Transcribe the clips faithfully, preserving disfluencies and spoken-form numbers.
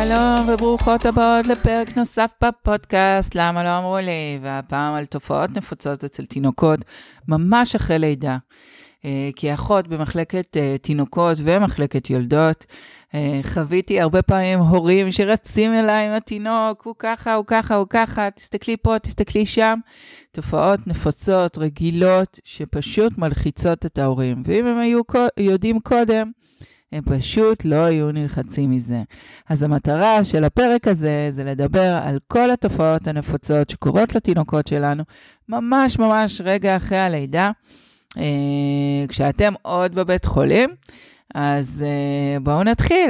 שלום וברוכות הבאות לפרק נוסף בפודקאסט למה לא אמרו לי, והפעם על תופעות נפוצות אצל תינוקות ממש אחרי לידה. כי אחות במחלקת תינוקות ומחלקת יולדות, חוויתי הרבה פעמים הורים שרצים אליי עם התינוק, הוא ככה, הוא ככה, הוא ככה, תסתכלי פה, תסתכלי שם. תופעות נפוצות, רגילות, שפשוט מלחיצות את ההורים. ואם הם היו יודעים קודם, הם פשוט לא היו נלחצים מזה. אז המטרה של הפרק הזה זה לדבר על כל התופעות הנפוצות שקורות לתינוקות שלנו, ממש ממש רגע אחרי הלידה, כשאתם עוד בבית חולים. אז בואו נתחיל.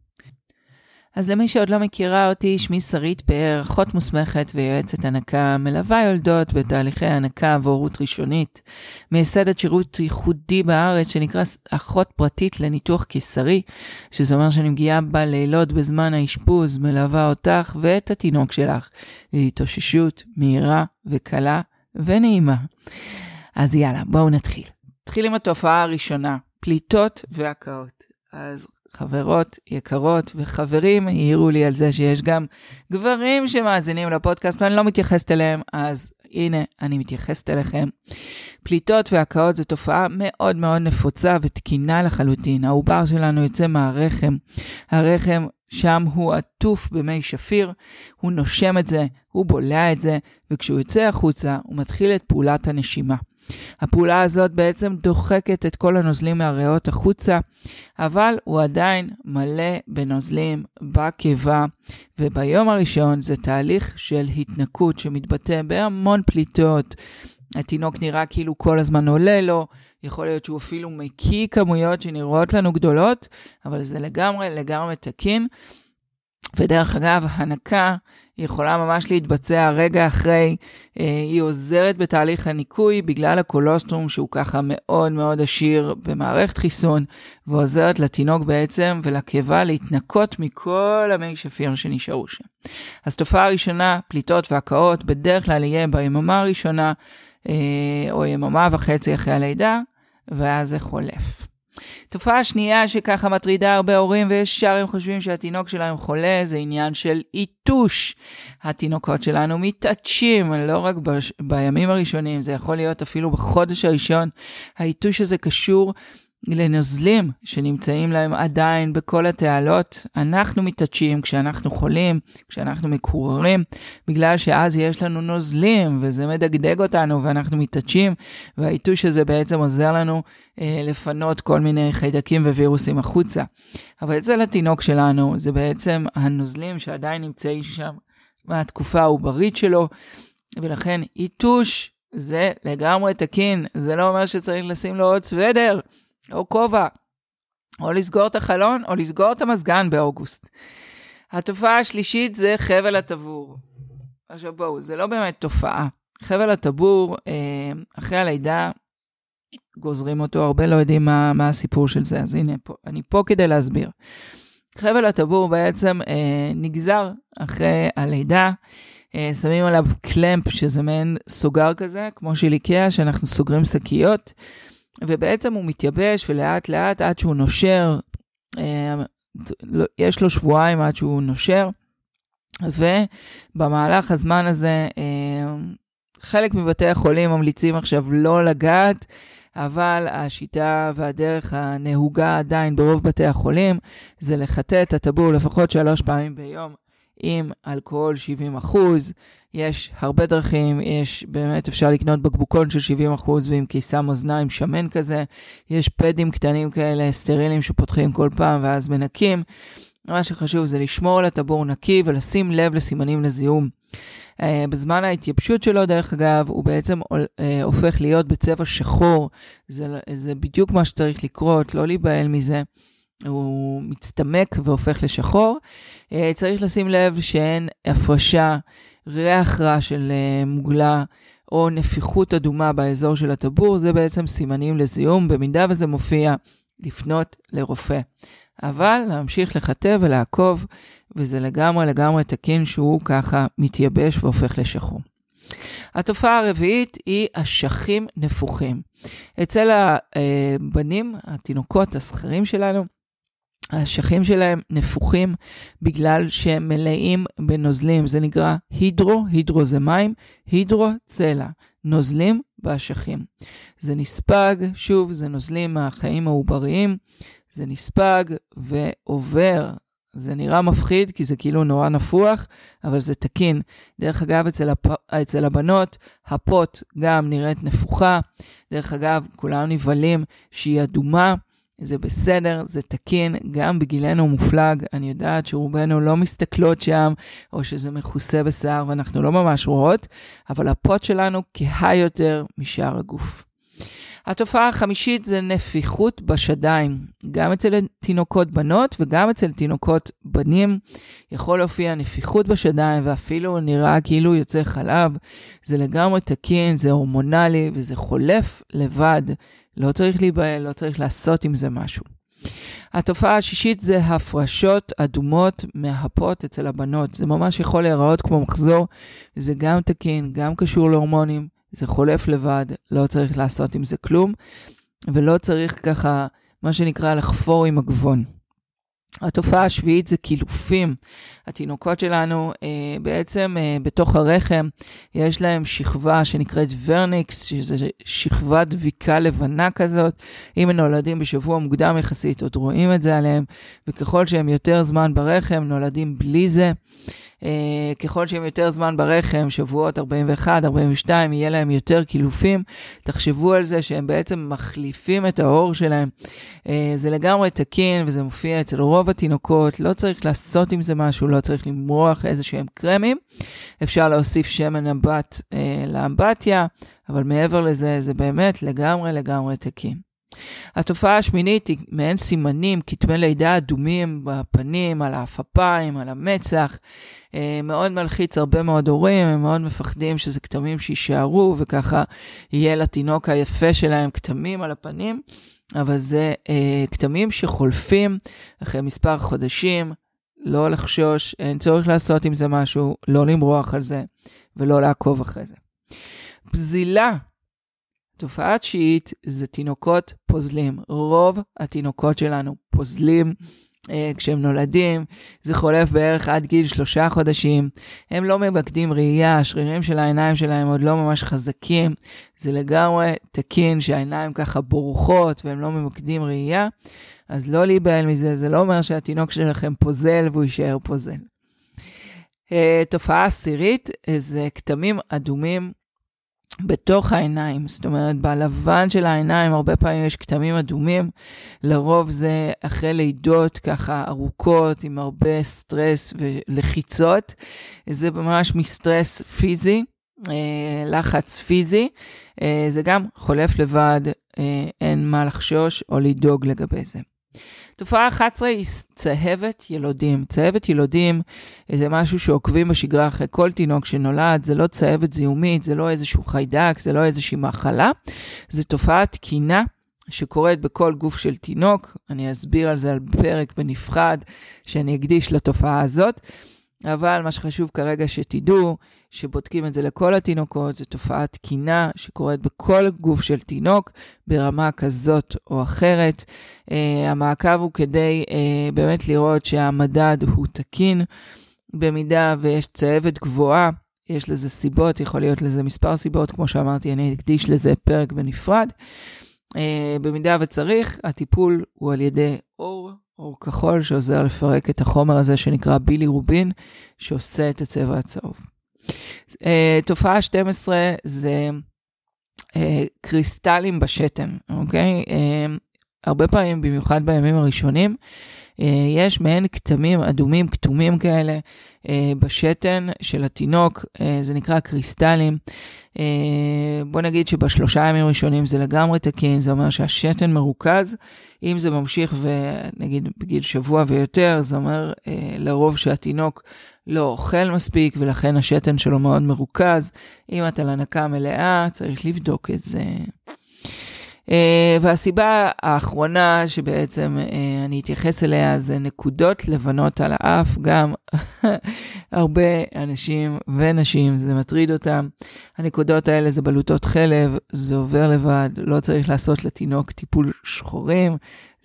אז למי שעוד לא מכירה אותי, שמי שרית פאר, אחות מוסמכת ויועצת הנקה, מלווה יולדות בתהליכי הנקה והורות ראשונית, מייסדת שירות ייחודי בארץ שנקרא אחות פרטית לניתוח קיסרי, שזה אומר שאני מגיעה בלילות בזמן האשפוז, מלווה אותך ואת התינוק שלך להתאוששות מהירה וקלה ונעימה. אז יאללה, בואו נתחיל. נתחיל עם התופעה הראשונה, פליטות והקאות. אז חברות יקרות וחברים העירו לי על זה שיש גם גברים שמאזינים לפודקאסט ואני לא מתייחסת אליהם, אז הנה אני מתייחסת אליכם. פליטות והקאות זו תופעה מאוד מאוד נפוצה ותקינה לחלוטין. העובר שלנו יוצא מהרחם, הרחם שם הוא עטוף במי שפיר, הוא נושם את זה, הוא בולע את זה, וכשהוא יוצא החוצה הוא מתחיל את פעולת הנשימה. הפעולה הזאת בעצם דוחקת את כל הנוזלים מהריאות החוצה, אבל הוא עדיין מלא בנוזלים בקיבה, וביום הראשון זה תהליך של התנקות שמתבטא בהמון פליטות. התינוק נראה כאילו כל הזמן עולה לו, יכול להיות שהוא אפילו מקיא כמויות שנראות לנו גדולות, אבל זה לגמרי לגמרי תקין. ודרך אגב, הנקה יכולה ממש להתבצע רגע אחרי, היא עוזרת בתהליך הניקוי בגלל הקולוסטרום שהוא ככה מאוד מאוד עשיר במערכת חיסון, ועוזרת לתינוק בעצם ולקיבה להתנקות מכל המי שפיר שנשארו שם. אז תופעה ראשונה, פליטות והקאות, בדרך כלל יהיה ביממה הראשונה, או יממה וחצי אחרי הלידה, ואז זה חולף. תופעה שנייה שככה מטרידה הרבה הורים וישר הם חושבים שהתינוק שלהם חולה, זה עניין של איתוש. התינוקות שלנו מתעטשים, לא רק ב- בימים הראשונים, זה יכול להיות אפילו בחודש הראשון. האיתוש הזה קשור לנוזלים שנמצאים להם עדיין בכל התעלות. אנחנו מתעטשים כשאנחנו חולים, כשאנחנו מקוררים, בגלל שאז יש לנו נוזלים וזה מדגדג אותנו ואנחנו מתעטשים, והאיתוש הזה בעצם עוזר לנו אה, לפנות כל מיני חיידקים ווירוסים החוצה. אבל אצל התינוק שלנו זה בעצם הנוזלים שעדיין נמצאים שם מהתקופה העוברית שלו, ולכן איתוש זה לגמרי תקין. זה לא אומר שצריך לשים לו עוד סוודר או כובע, או לסגור את החלון, או לסגור את המזגן באוגוסט. התופעה השלישית זה חבל הטבור. עכשיו בואו, זה לא באמת תופעה. חבל הטבור, אחרי הלידה, גוזרים אותו, הרבה לא יודעים מה, מה הסיפור של זה, אז הנה, פה, אני פה כדי להסביר. חבל הטבור בעצם אה, נגזר אחרי הלידה, אה, שמים עליו קלמפ, שזה מעין סוגר כזה, כמו של איקאה, שאנחנו סוגרים שקיות, ובעצם הוא מתייבש ולאט לאט עד שהוא נושר, יש לו שבועיים עד שהוא נושר, ובמהלך הזמן הזה חלק מבתי החולים ממליצים עכשיו לא לגעת, אבל השיטה והדרך הנהוגה עדיין ברוב בתי החולים זה לחטא את הטבור לפחות שלוש פעמים ביום עם אלכוהול שבעים אחוז. יש הרבה דרכים, יש באמת אפשר לקנות בקבוקון של שבעים אחוז ועם קיסם אוזניים שמן כזה, יש פדים קטנים כאלה סטרילים שפותחים כל פעם ואז מנקים. מה שחשוב זה לשמור על הטבור נקי ולשים לב לסימנים לזיהום. Uh, בזמן ההתייבשות שלו דרך אגב הוא בעצם uh, הופך להיות בצבע שחור, זה, זה בדיוק מה שצריך לקרות, לא להיבהל מזה. הוא מצטמק והופך לשחור. Uh, צריך לשים לב שאין הפרשה, ריח רע של uh, מוגלה או נפיחות אדומה באזור של הטבור, זה בעצם סימנים לזיהום, במידה וזה מופיע לפנות לרופא. אבל להמשיך לחטא ולעקוב, וזה לגמרי לגמרי תקין שהוא ככה מתייבש והופך לשחור. התופעה הרביעית היא אשכים נפוחים. אצל הבנים, התינוקות, הזכרים שלנו, האשכים שלהם נפוחים בגלל שהם מלאים בנוזלים. זה נקרא הידרו, הידרו זה מים, הידרו צלע, נוזלים באשכים. זה נספג, שוב, זה נוזלים מהחיים העובריים, זה נספג ועובר. זה נראה מפחיד כי זה כאילו נורא נפוח, אבל זה תקין. דרך אגב, אצל, הפ... אצל הבנות, הפות גם נראית נפוחה. דרך אגב, כולם נבלים שהיא אדומה. זה בסדר, זה תקין, גם בגילנו מופלג. אני יודעת שרובנו לא מסתכלות שם, או שזה מכוסה בשיער, ואנחנו לא ממש רואות, אבל הפות שלנו כהה יותר משאר הגוף. התופעה החמישית זה נפיחות בשדיים. גם אצל תינוקות בנות וגם אצל תינוקות בנים יכול להופיע נפיחות בשדיים, ואפילו נראה כאילו יוצא חלב. זה לגמרי תקין, זה הורמונלי וזה חולף לבד. לא צריך להיבהל, לא צריך לעשות עם זה משהו. התופעה השישית זה הפרשות אדומות מהפות אצל הבנות. זה ממש יכול להיראות כמו מחזור. זה גם תקין, גם קשור להורמונים. זה חולף לבד, לא צריך לעשות עם זה כלום, ולא צריך ככה, מה שנקרא, לחפור עם הגבון. התופעה השביעית זה קילופים. התינוקות שלנו אה, בעצם אה, בתוך הרחם, יש להם שכבה שנקראת ורניקס, שזה שכבה דביקה לבנה כזאת. אם הם נולדים בשבוע מוקדם יחסית, עוד רואים את זה עליהם, וככל שהם יותר זמן ברחם, נולדים בלי זה. Uh, ככל שהם יותר זמן ברחם, שבועות ארבעים ואחת, ארבעים ושתיים, יהיה להם יותר קילופים. תחשבו על זה שהם בעצם מחליפים את האור שלהם. Uh, זה לגמרי תקין, וזה מופיע אצל רוב התינוקות. לא צריך לעשות עם זה משהו, לא צריך למרוח איזה שהם קרמים. אפשר להוסיף שמן נבט uh, לאמבטיה, אבל מעבר לזה, זה באמת לגמרי לגמרי תקין. התופעה השמינית היא מעין סימנים, כתמי לידה אדומים בפנים, על האפפיים, על המצח. מאוד מלחיץ הרבה מאוד הורים, הם מאוד מפחדים שזה כתמים שישארו, וככה יהיה לתינוק היפה שלהם כתמים על הפנים, אבל זה כתמים שחולפים אחרי מספר חודשים. לא לחשוש, אין צורך לעשות עם זה משהו, לא למרוח על זה, ולא לעקוב אחרי זה. פזילה. תופעה תשיעית זה תינוקות פוזלים. רוב התינוקות שלנו פוזלים אה, כשהם נולדים. זה חולף בערך עד גיל שלושה חודשים. הם לא ממקדים ראייה, השרירים של העיניים שלהם עוד לא ממש חזקים. זה לגמרי תקין שהעיניים ככה בורחות והם לא ממקדים ראייה. אז לא להיבהל מזה, זה לא אומר שהתינוק שלכם פוזל והוא יישאר פוזל. אה, תופעה עשירית זה כתמים אדומים בתוך העיניים, זאת אומרת, בלבן של העיניים הרבה פעמים יש כתמים אדומים, לרוב זה אחרי לידות ככה ארוכות, עם הרבה סטרס ולחיצות, זה ממש מסטרס פיזי, לחץ פיזי, זה גם חולף לבד, אין מה לחשוש או לדאוג לגבי זה. תופעה אחת עשרה היא צהבת ילודים. צהבת ילודים זה משהו שעוקבים בשגרה אחרי כל תינוק שנולד, זה לא צהבת זיהומית, זה לא איזשהו חיידק, זה לא איזושהי מחלה, זה תופעה תקינה שקורית בכל גוף של תינוק. אני אסביר על זה על פרק בנפרד שאני אקדיש לתופעה הזאת, אבל מה שחשוב כרגע שתדעו, שבודקים את זה לכל התינוקות, זו תופעה תקינה שקורית בכל גוף של תינוק, ברמה כזאת או אחרת. Uh, המעקב הוא כדי uh, באמת לראות שהמדד הוא תקין, במידה ויש צהבת גבוהה, יש לזה סיבות, יכול להיות לזה מספר סיבות, כמו שאמרתי, אני אקדיש לזה פרק בנפרד. Uh, במידה וצריך, הטיפול הוא על ידי אור, אור כחול, שעוזר לפרק את החומר הזה שנקרא בילירובין, שעושה את הצבע הצהוב. Uh, תופעה שתים עשרה זה uh, קריסטלים בשתן, אוקיי? Uh, הרבה פעמים, במיוחד בימים הראשונים, uh, יש מעין כתמים אדומים, כתומים כאלה, uh, בשתן של התינוק, uh, זה נקרא קריסטלים. Uh, בוא נגיד שבשלושה ימים הראשונים זה לגמרי תקין, זה אומר שהשתן מרוכז. אם זה ממשיך ונגיד בגיל שבוע ויותר, זה אומר uh, לרוב שהתינוק לא אוכל מספיק, ולכן השתן שלו מאוד מרוכז. אם אתה לנקה מלאה, צריך לבדוק את זה. Uh, והסיבה האחרונה שבעצם uh, אני אתייחס אליה, זה נקודות לבנות על האף. גם הרבה אנשים ונשים, זה מטריד אותם. הנקודות האלה זה בלוטות חלב, זה עובר לבד, לא צריך לעשות לתינוק טיפול שחורים.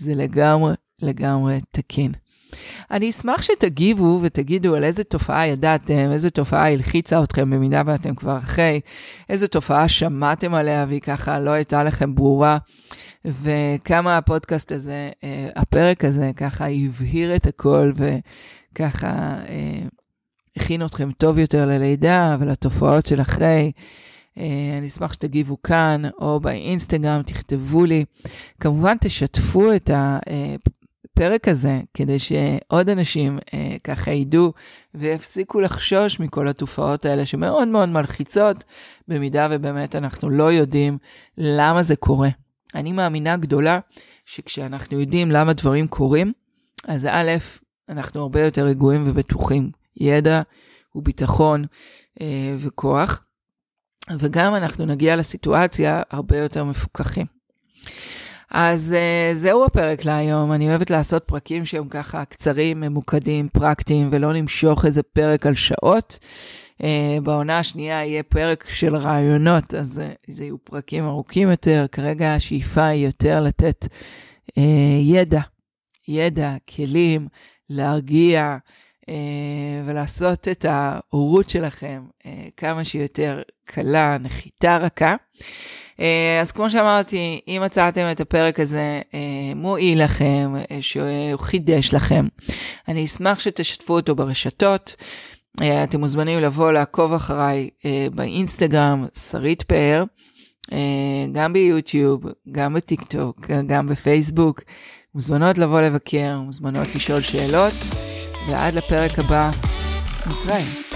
זה לגמרי, לגמרי תקין. אני אשמח שתגיבו ותגידו על איזה תופעה ידעתם, איזה תופעה הלחיצה אתכם במידה ואתם כבר אחרי, איזה תופעה שמעתם עליה והיא ככה לא הייתה לכם ברורה, וכמה הפודקאסט הזה, הפרק הזה ככה הבהיר את הכל וככה הכין אתכם טוב יותר ללידה ולתופעות של אחרי. אני אשמח שתגיבו כאן או באינסטגרם, תכתבו לי. כמובן תשתפו את הפרק הזה כדי שעוד אנשים ככה ידעו ויפסיקו לחשוש מכל התופעות האלה שמאוד מאוד מלחיצות, במידה ובאמת אנחנו לא יודעים למה זה קורה. אני מאמינה גדולה שכשאנחנו יודעים למה דברים קורים, אז א', אנחנו הרבה יותר רגועים ובטוחים. ידע וביטחון אה, וכוח. וגם אנחנו נגיע לסיטואציה הרבה יותר מפוקחים. אז אה, זהו הפרק להיום. אני אוהבת לעשות פרקים שהם ככה קצרים, ממוקדים, פרקטיים, ולא נמשוך איזה פרק על שעות. אה, בעונה השנייה יהיה פרק של רעיונות, אז אה, זה יהיו פרקים ארוכים יותר. כרגע השאיפה היא יותר לתת אה, ידע, ידע, כלים, להרגיע, ולעשות את ההורות שלכם כמה שיותר קלה, נחיתה רכה. אז כמו שאמרתי, אם מצאתם את הפרק הזה מועיל לכם, שהוא חידש לכם, אני אשמח שתשתפו אותו ברשתות. אתם מוזמנים לבוא לעקוב אחריי באינסטגרם, שרית פאר, גם ביוטיוב, גם בטיקטוק, גם בפייסבוק. מוזמנות לבוא לבקר, מוזמנות לשאול שאלות. ועד לפרק הבא, נתראה.